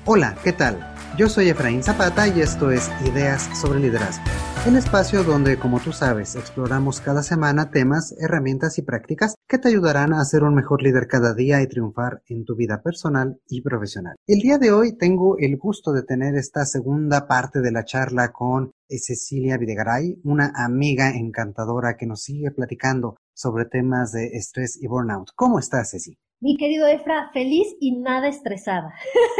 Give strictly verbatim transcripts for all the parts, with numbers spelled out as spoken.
Hola, ¿qué tal? Yo soy Efraín Zapata y esto es Ideas sobre Liderazgo, el espacio donde, como tú sabes, exploramos cada semana temas, herramientas y prácticas que te ayudarán a ser un mejor líder cada día y triunfar en tu vida personal y profesional. El día de hoy tengo el gusto de tener esta segunda parte de la charla con Cecilia Videgaray, una amiga encantadora que nos sigue platicando sobre temas de estrés y burnout. ¿Cómo estás, Ceci? Mi querido Efra, feliz y nada estresada.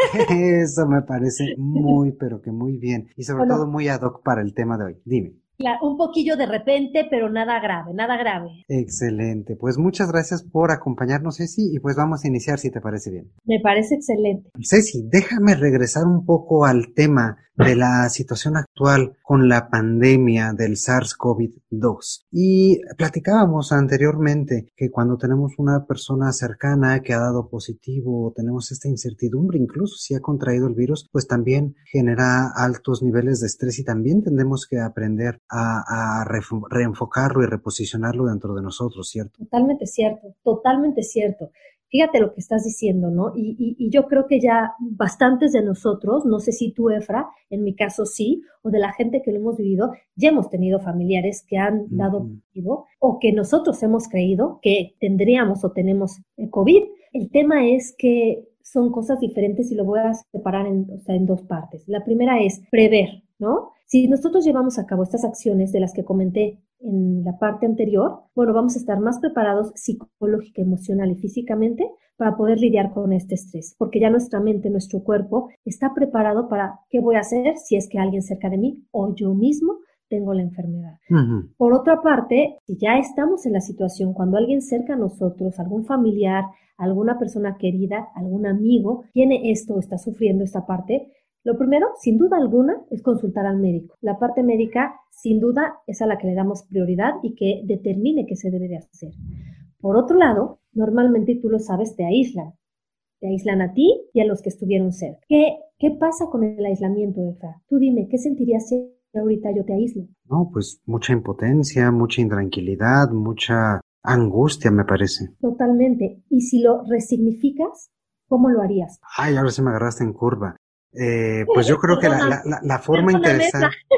Eso me parece muy, pero que muy bien. Y sobre todo Bueno, muy ad hoc para el tema de hoy. Dime. claro, un poquillo de repente, pero nada grave, nada grave. Excelente. Pues muchas gracias por acompañarnos, Ceci, y pues vamos a iniciar si te parece bien. Me parece excelente. Ceci, déjame regresar un poco al tema de la situación actual con la pandemia del SARS-CoV dos. Y platicábamos anteriormente que cuando tenemos una persona cercana que ha dado positivo o tenemos esta incertidumbre, incluso si ha contraído el virus, pues también genera altos niveles de estrés y también tendremos que aprender a, a reenfocarlo y reposicionarlo dentro de nosotros, ¿cierto? Totalmente cierto, totalmente cierto. Fíjate lo que estás diciendo, ¿no? Y, y, y yo creo que ya bastantes de nosotros, no sé si tú, Efra, en mi caso sí, o de la gente que lo hemos vivido, ya hemos tenido familiares que han dado Uh-huh. positivo o que nosotros hemos creído que tendríamos o tenemos el COVID. El tema es que son cosas diferentes y lo voy a separar en, o sea, en dos partes. La primera es prever, ¿no? Si nosotros llevamos a cabo estas acciones de las que comenté en la parte anterior, bueno, vamos a estar más preparados psicológica, emocional y físicamente para poder lidiar con este estrés, porque ya nuestra mente, nuestro cuerpo está preparado para qué voy a hacer si es que alguien cerca de mí o yo mismo tengo la enfermedad. Uh-huh. Por otra parte, si ya estamos en la situación, cuando alguien cerca a nosotros, algún familiar, alguna persona querida, algún amigo, tiene esto, está sufriendo esta parte, lo primero, sin duda alguna, es consultar al médico. La parte médica, sin duda, es a la que le damos prioridad y que determine qué se debe de hacer. Por otro lado, normalmente, y tú lo sabes, te aíslan. Te aíslan a ti y a los que estuvieron cerca. ¿Qué, qué pasa con el aislamiento, Efra? Tú dime, ¿qué sentirías si ahorita yo te aíslo? No, pues mucha impotencia, mucha intranquilidad, mucha angustia, me parece. Totalmente. Y si lo resignificas, ¿cómo lo harías? Ay, ahora sí me agarraste en curva. Eh, pues yo creo que la, Perdóname, la, la, la forma perdóname, Efra. interesante,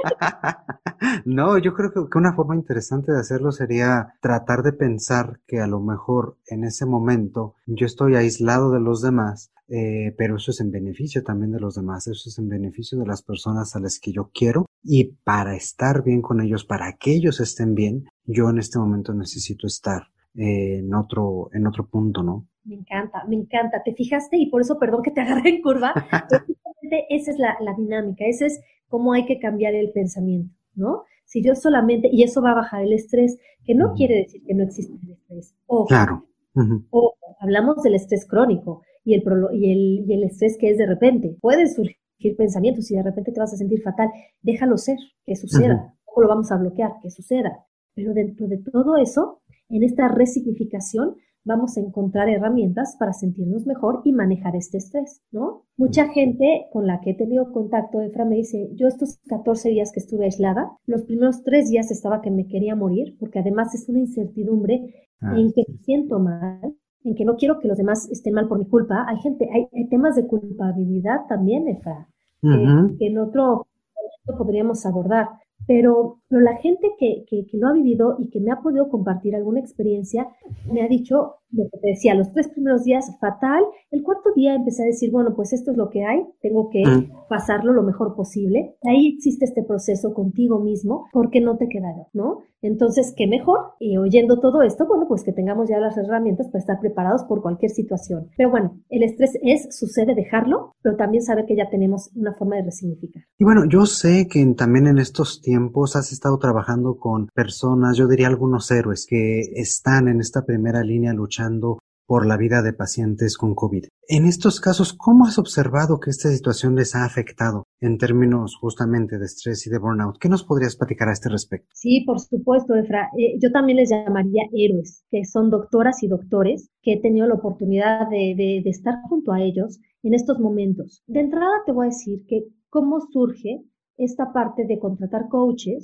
no, yo creo que, que una forma interesante de hacerlo sería tratar de pensar que a lo mejor en ese momento yo estoy aislado de los demás, eh, pero eso es en beneficio también de los demás, eso es en beneficio de las personas a las que yo quiero y para estar bien con ellos, para que ellos estén bien, yo en este momento necesito estar eh, en otro, en otro punto, ¿no? Me encanta, me encanta. ¿Te fijaste? Y por eso, perdón que te agarré en curva, pero justamente esa es la, la dinámica, ese es cómo hay que cambiar el pensamiento, ¿no? Si yo solamente, y eso va a bajar el estrés, que no Uh-huh. quiere decir que no existe el estrés. Ojo, Claro. Uh-huh. ojo, hablamos del estrés crónico y el, prolo- y el, y el estrés que es de repente. Pueden surgir pensamientos y de repente te vas a sentir fatal. Déjalo ser, que Uh-huh. suceda. ¿Cómo lo vamos a bloquear? Que suceda. Pero dentro de todo eso, en esta resignificación, vamos a encontrar herramientas para sentirnos mejor y manejar este estrés, ¿no? Mucha gente con la que he tenido contacto, Efra, me dice, yo estos catorce días que estuve aislada, los primeros tres días estaba que me quería morir, porque además es una incertidumbre Ah, en que me siento mal, en que no quiero que los demás estén mal por mi culpa. Hay gente, hay, hay temas de culpabilidad también, Efra, que, uh-huh. que en otro momento podríamos abordar. Pero, pero la gente que, que, que lo ha vivido y que me ha podido compartir alguna experiencia, me ha dicho lo que te decía, los tres primeros días fatal, el cuarto día empecé a decir, bueno, pues esto es lo que hay, tengo que Uh-huh. pasarlo lo mejor posible. Ahí existe este proceso contigo mismo, porque no te quedaron, ¿no? Entonces, ¿qué mejor? Y oyendo todo esto, bueno, pues que tengamos ya las herramientas para estar preparados por cualquier situación. Pero bueno, el estrés es, sucede dejarlo, pero también saber que ya tenemos una forma de resignificar. Y bueno, yo sé que en- también en estos tiempos has estado trabajando con personas, yo diría algunos héroes que están en esta primera línea luchando por la vida de pacientes con COVID. En estos casos, ¿cómo has observado que esta situación les ha afectado en términos justamente de estrés y de burnout? ¿Qué nos podrías platicar a este respecto? Sí, por supuesto, Efra. Eh, yo también les llamaría héroes, que son doctoras y doctores que he tenido la oportunidad de, de, de estar junto a ellos en estos momentos. De entrada te voy a decir que cómo surge esta parte de contratar coaches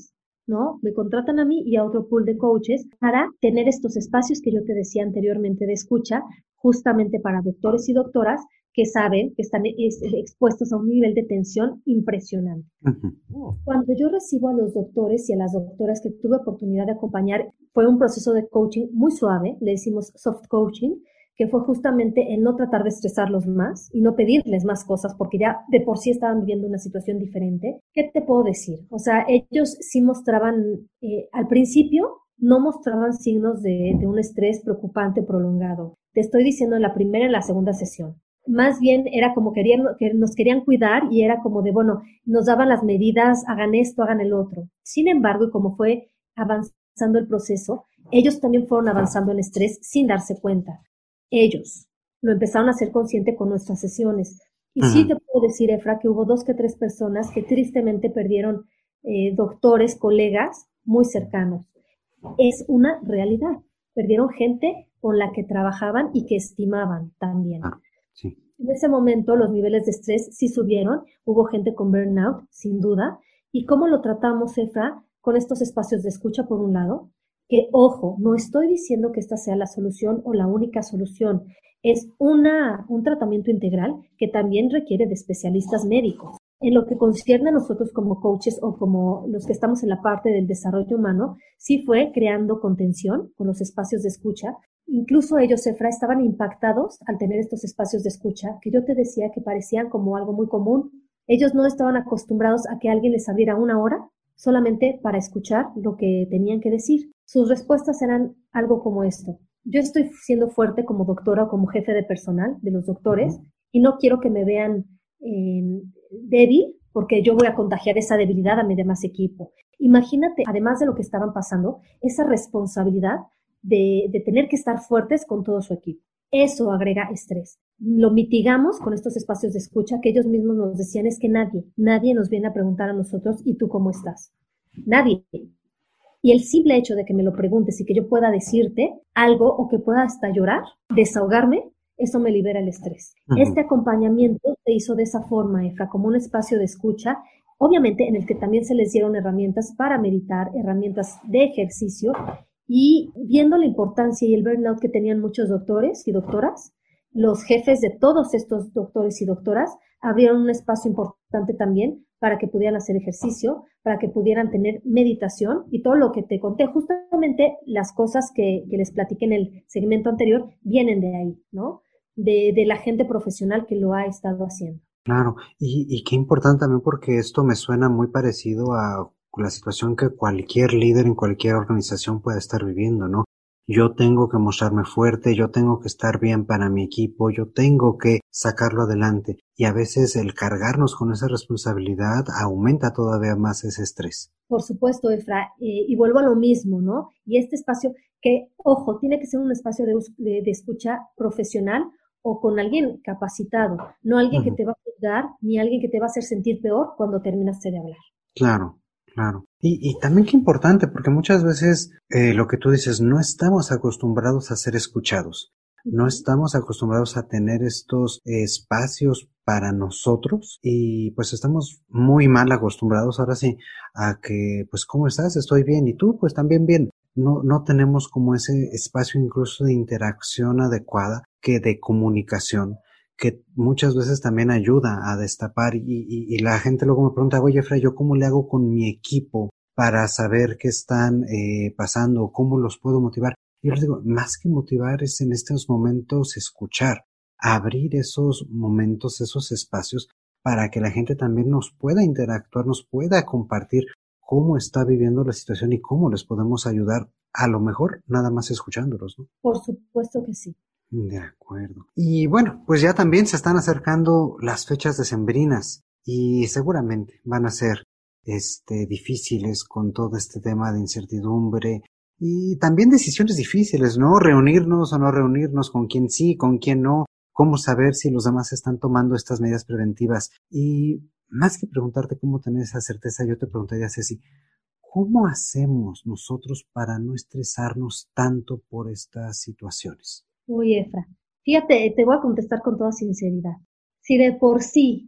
¿no? Me contratan a mí y a otro pool de coaches para tener estos espacios que yo te decía anteriormente de escucha, justamente para doctores y doctoras que saben que están expuestos a un nivel de tensión impresionante. Uh-huh. Cuando yo recibo a los doctores y a las doctoras que tuve oportunidad de acompañar, fue un proceso de coaching muy suave, le decimos soft coaching, que fue justamente el no tratar de estresarlos más y no pedirles más cosas porque ya de por sí estaban viviendo una situación diferente. ¿Qué te puedo decir? O sea, ellos sí mostraban, eh, al principio no mostraban signos de, de un estrés preocupante prolongado. Te estoy diciendo en la primera y en la segunda sesión. Más bien era como querían, que nos querían cuidar y era como de, bueno, nos daban las medidas, hagan esto, hagan el otro. Sin embargo, y como fue avanzando el proceso, ellos también fueron avanzando en estrés sin darse cuenta. Ellos lo empezaron a hacer consciente con nuestras sesiones. Y uh-huh. sí te puedo decir, Efra, que hubo dos que tres personas que tristemente perdieron eh, doctores, colegas muy cercanos. Es una realidad. Perdieron gente con la que trabajaban y que estimaban también. Ah, sí. En ese momento los niveles de estrés sí subieron. Hubo gente con burnout, sin duda. ¿Y cómo lo tratamos, Efra? Con estos espacios de escucha, por un lado. Que, ojo, no estoy diciendo que esta sea la solución o la única solución. Es una, un tratamiento integral que también requiere de especialistas médicos. En lo que concierne a nosotros como coaches o como los que estamos en la parte del desarrollo humano, sí fue creando contención con los espacios de escucha. Incluso ellos, Efra, estaban impactados al tener estos espacios de escucha, que yo te decía que parecían como algo muy común. Ellos no estaban acostumbrados a que alguien les abriera una hora solamente para escuchar lo que tenían que decir. Sus respuestas eran algo como esto: yo estoy siendo fuerte como doctora o como jefe de personal de los doctores uh-huh. y no quiero que me vean eh, débil porque yo voy a contagiar esa debilidad a mi demás equipo. Imagínate, además de lo que estaban pasando, esa responsabilidad de, de tener que estar fuertes con todo su equipo. Eso agrega estrés. Lo mitigamos con estos espacios de escucha que ellos mismos nos decían: es que nadie, nadie nos viene a preguntar a nosotros, ¿y tú cómo estás? Nadie. Y el simple hecho de que me lo preguntes y que yo pueda decirte algo o que pueda hasta llorar, desahogarme, eso me libera el estrés. Uh-huh. Este acompañamiento se hizo de esa forma, Efra, como un espacio de escucha, obviamente en el que también se les dieron herramientas para meditar, herramientas de ejercicio, y viendo la importancia y el burnout que tenían muchos doctores y doctoras, los jefes de todos estos doctores y doctoras abrieron un espacio importante también para que pudieran hacer ejercicio, para que pudieran tener meditación y todo lo que te conté. Justamente las cosas que, que les platiqué en el segmento anterior vienen de ahí, ¿no? De, de la gente profesional que lo ha estado haciendo. Claro, y, y qué importante también, porque esto me suena muy parecido a la situación que cualquier líder en cualquier organización puede estar viviendo, ¿no? Yo tengo que mostrarme fuerte, yo tengo que estar bien para mi equipo, yo tengo que sacarlo adelante. Y a veces el cargarnos con esa responsabilidad aumenta todavía más ese estrés. Por supuesto, Efra, eh, y vuelvo a lo mismo, ¿no? Y este espacio que, ojo, tiene que ser un espacio de, de, de escucha profesional o con alguien capacitado, no alguien uh-huh. que te va a juzgar ni alguien que te va a hacer sentir peor cuando terminaste de hablar. Claro. Claro. Y, y también qué importante, porque muchas veces eh, lo que tú dices, no estamos acostumbrados a ser escuchados, no estamos acostumbrados a tener estos eh, espacios para nosotros y pues estamos muy mal acostumbrados ahora sí a que pues ¿cómo estás? Estoy bien, y tú pues también bien. No, no tenemos como ese espacio incluso de interacción adecuada, que de comunicación, que muchas veces también ayuda a destapar y, y, y la gente luego me pregunta: oye, Fray, ¿yo cómo le hago con mi equipo para saber qué están eh, pasando? ¿Cómo los puedo motivar? Y yo les digo, más que motivar es en estos momentos escuchar, abrir esos momentos, esos espacios para que la gente también nos pueda interactuar, nos pueda compartir cómo está viviendo la situación y cómo les podemos ayudar, a lo mejor nada más escuchándolos, ¿no? Por supuesto que sí. De acuerdo. Y bueno, pues ya también se están acercando las fechas decembrinas y seguramente van a ser este difíciles con todo este tema de incertidumbre y también decisiones difíciles, ¿no? Reunirnos o no reunirnos, con quién sí, con quién no, cómo saber si los demás están tomando estas medidas preventivas. Y más que preguntarte cómo tener esa certeza, yo te preguntaría, Ceci, ¿cómo hacemos nosotros para no estresarnos tanto por estas situaciones? Uy, Efra, fíjate, te voy a contestar con toda sinceridad. Si de por sí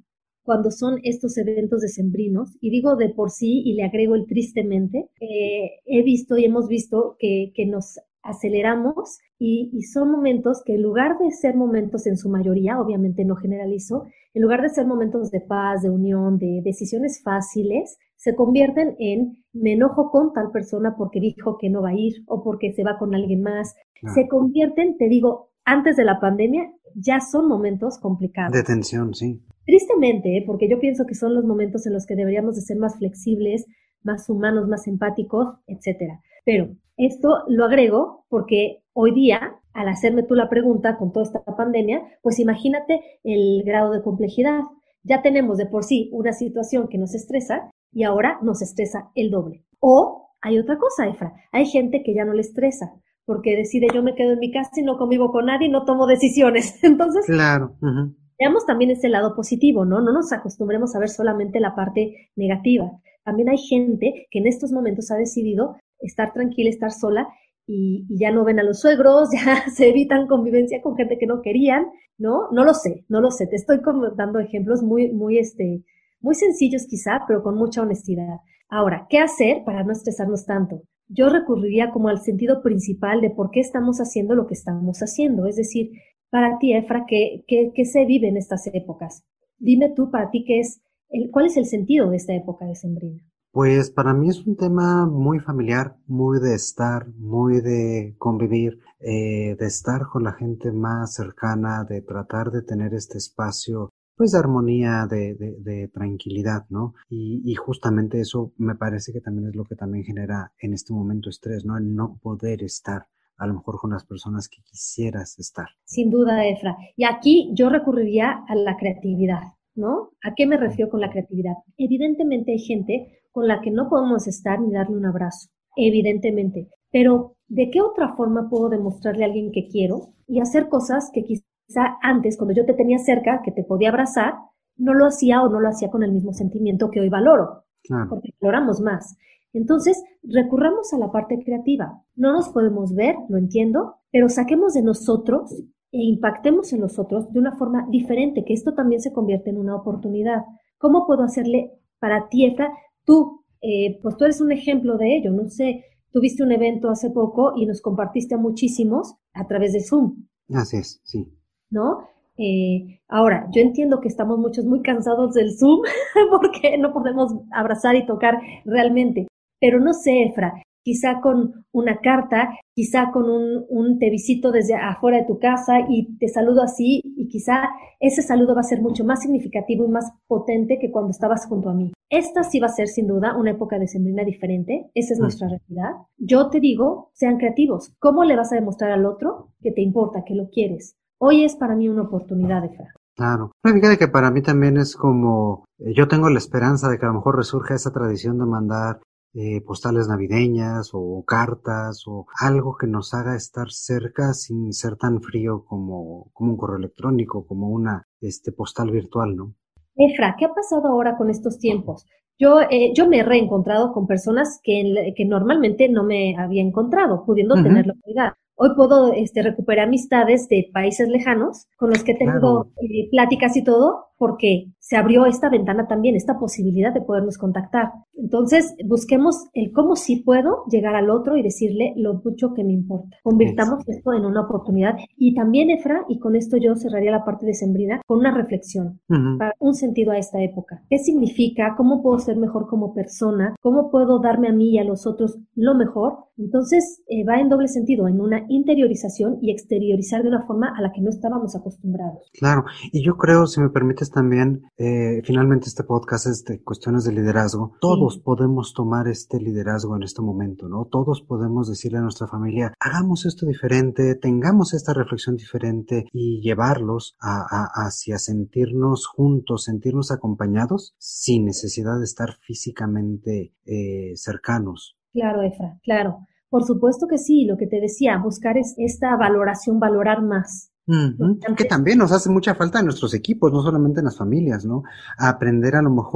cuando son estos eventos decembrinos, y digo de por sí y le agrego el tristemente, eh, he visto y hemos visto que, que nos aceleramos y, y son momentos que en lugar de ser momentos en su mayoría, obviamente no generalizo, en lugar de ser momentos de paz, de unión, de decisiones fáciles, se convierten en me enojo con tal persona porque dijo que no va a ir o porque se va con alguien más. Claro. Se convierten, te digo, antes de la pandemia ya son momentos complicados. De tensión, sí. Tristemente, ¿eh? Porque yo pienso que son los momentos en los que deberíamos de ser más flexibles, más humanos, más empáticos, etcétera. Pero esto lo agrego porque hoy día, al hacerme tú la pregunta con toda esta pandemia, pues imagínate el grado de complejidad. Ya tenemos de por sí una situación que nos estresa y ahora nos estresa el doble. O hay otra cosa, Efra, hay gente que ya no le estresa porque decide yo me quedo en mi casa y no convivo con nadie y no tomo decisiones. Entonces, claro. Uh-huh. Veamos también ese lado positivo, ¿no? No nos acostumbremos a ver solamente la parte negativa. También hay gente que en estos momentos ha decidido estar tranquila, estar sola y, y ya no ven a los suegros, ya se evitan convivencia con gente que no querían, ¿no? No lo sé, no lo sé. Te estoy dando ejemplos muy, muy, este, muy sencillos quizá, pero con mucha honestidad. Ahora, ¿qué hacer para no estresarnos tanto? Yo recurriría como al sentido principal de por qué estamos haciendo lo que estamos haciendo. Es decir, para ti, Efra, ¿qué, qué, qué se vive en estas épocas? Dime tú, para ti, ¿qué es el, ¿cuál es el sentido de esta época decembrina? Pues para mí es un tema muy familiar, muy de estar, muy de convivir, eh, de estar con la gente más cercana, de tratar de tener este espacio pues de armonía, de, de, de tranquilidad, ¿no? Y, y justamente eso me parece que también es lo que también genera en este momento estrés, ¿no? El no poder estar a lo mejor con las personas que quisieras estar. Sin duda, Efra. Y aquí yo recurriría a la creatividad, ¿no? ¿A qué me refiero con la creatividad? Evidentemente hay gente con la que no podemos estar ni darle un abrazo, evidentemente. Pero, ¿de qué otra forma puedo demostrarle a alguien que quiero y hacer cosas que quizás Quizá antes, cuando yo te tenía cerca, que te podía abrazar, no lo hacía o no lo hacía con el mismo sentimiento que hoy valoro, claro. Porque valoramos más. Entonces, recurramos a la parte creativa. No nos podemos ver, lo entiendo, pero saquemos de nosotros e impactemos en los otros de una forma diferente, que esto también se convierte en una oportunidad. ¿Cómo puedo hacerle para ti, Efra? Tú, eh, pues tú eres un ejemplo de ello, no sé, tuviste un evento hace poco y nos compartiste a muchísimos a través de Zoom. Así es, sí. ¿No? Eh, ahora, yo entiendo que estamos muchos muy cansados del Zoom porque no podemos abrazar y tocar realmente, pero no sé, Efra, quizá con una carta, quizá con un, un te visito desde afuera de tu casa y te saludo así y quizá ese saludo va a ser mucho más significativo y más potente que cuando estabas junto a mí. Esta sí va a ser sin duda una época decembrina diferente, esa es nuestra realidad. Yo te digo, sean creativos. ¿Cómo le vas a demostrar al otro que te importa, que lo quieres? Hoy es para mí una oportunidad, Efra. Claro. Fíjate que para mí también es como, eh, yo tengo la esperanza de que a lo mejor resurja esa tradición de mandar eh, postales navideñas o cartas o algo que nos haga estar cerca sin ser tan frío como, como un correo electrónico, como una este postal virtual, ¿no? Efra, ¿qué ha pasado ahora con estos tiempos? Yo, eh, yo me he reencontrado con personas que, que normalmente no me había encontrado, pudiendo uh-huh. tener la oportunidad. Hoy puedo este, recuperar amistades de países lejanos con los que tengo claro. eh, pláticas y todo, porque se abrió esta ventana también, esta posibilidad de podernos contactar. Entonces, busquemos el cómo sí puedo llegar al otro y decirle lo mucho que me importa. Convirtamos sí. esto en una oportunidad. Y también, Efra, y con esto yo cerraría la parte decembrina, con una reflexión, uh-huh. para un sentido a esta época. ¿Qué significa? ¿Cómo puedo ser mejor como persona? ¿Cómo puedo darme a mí y a los otros lo mejor? Entonces, eh, va en doble sentido, en una interiorización y exteriorizar de una forma a la que no estábamos acostumbrados. Claro, y yo creo, si me permites también, eh, finalmente este podcast es de cuestiones de liderazgo. Todos sí. podemos tomar este liderazgo en este momento, ¿no? Todos podemos decirle a nuestra familia, hagamos esto diferente, tengamos esta reflexión diferente y llevarlos a, a, hacia sentirnos juntos, sentirnos acompañados sin necesidad de estar físicamente eh, cercanos. Claro, Efra, claro. Por supuesto que sí, lo que te decía, buscar es esta valoración, valorar más. Uh-huh. Que también nos hace mucha falta en nuestros equipos, no solamente en las familias, ¿no? A aprender a lo mejor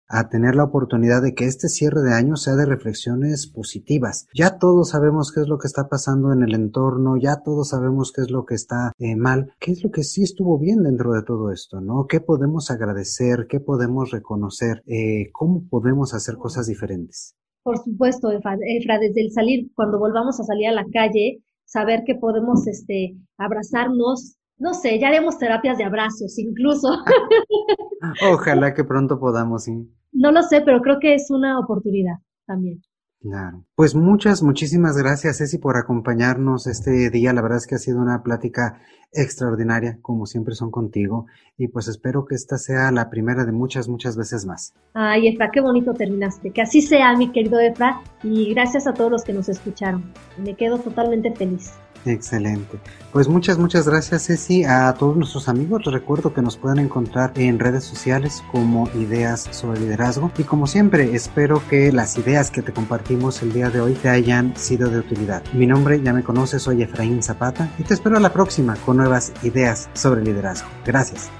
a tener la oportunidad de que este cierre de año sea de reflexiones positivas. Ya todos sabemos qué es lo que está pasando en el entorno, ya todos sabemos qué es lo que está eh, mal, qué es lo que sí estuvo bien dentro de todo esto, ¿no? ¿Qué podemos agradecer? ¿Qué podemos reconocer? Eh, ¿Cómo podemos hacer cosas diferentes? Por supuesto, Efra, Efra, desde el salir, cuando volvamos a salir a la calle, saber que podemos este, abrazarnos, no sé, ya haremos terapias de abrazos incluso. Ojalá que pronto podamos, sí. No lo sé, pero creo que es una oportunidad también. Claro. Pues muchas, muchísimas gracias, Ceci, por acompañarnos este día. La verdad es que ha sido una plática extraordinaria, como siempre son contigo, y pues espero que esta sea la primera de muchas, muchas veces más. Ay, Efra, qué bonito terminaste. Que así sea, mi querido Efra, y gracias a todos los que nos escucharon. Me quedo totalmente feliz. Excelente. Pues muchas, muchas gracias, Ceci. A todos nuestros amigos les recuerdo que nos pueden encontrar en redes sociales como Ideas sobre Liderazgo. Y como siempre, espero que las ideas que te compartimos el día de hoy te hayan sido de utilidad. Mi nombre, ya me conoces, soy Efraín Zapata y te espero a la próxima con nuevas ideas sobre liderazgo. Gracias.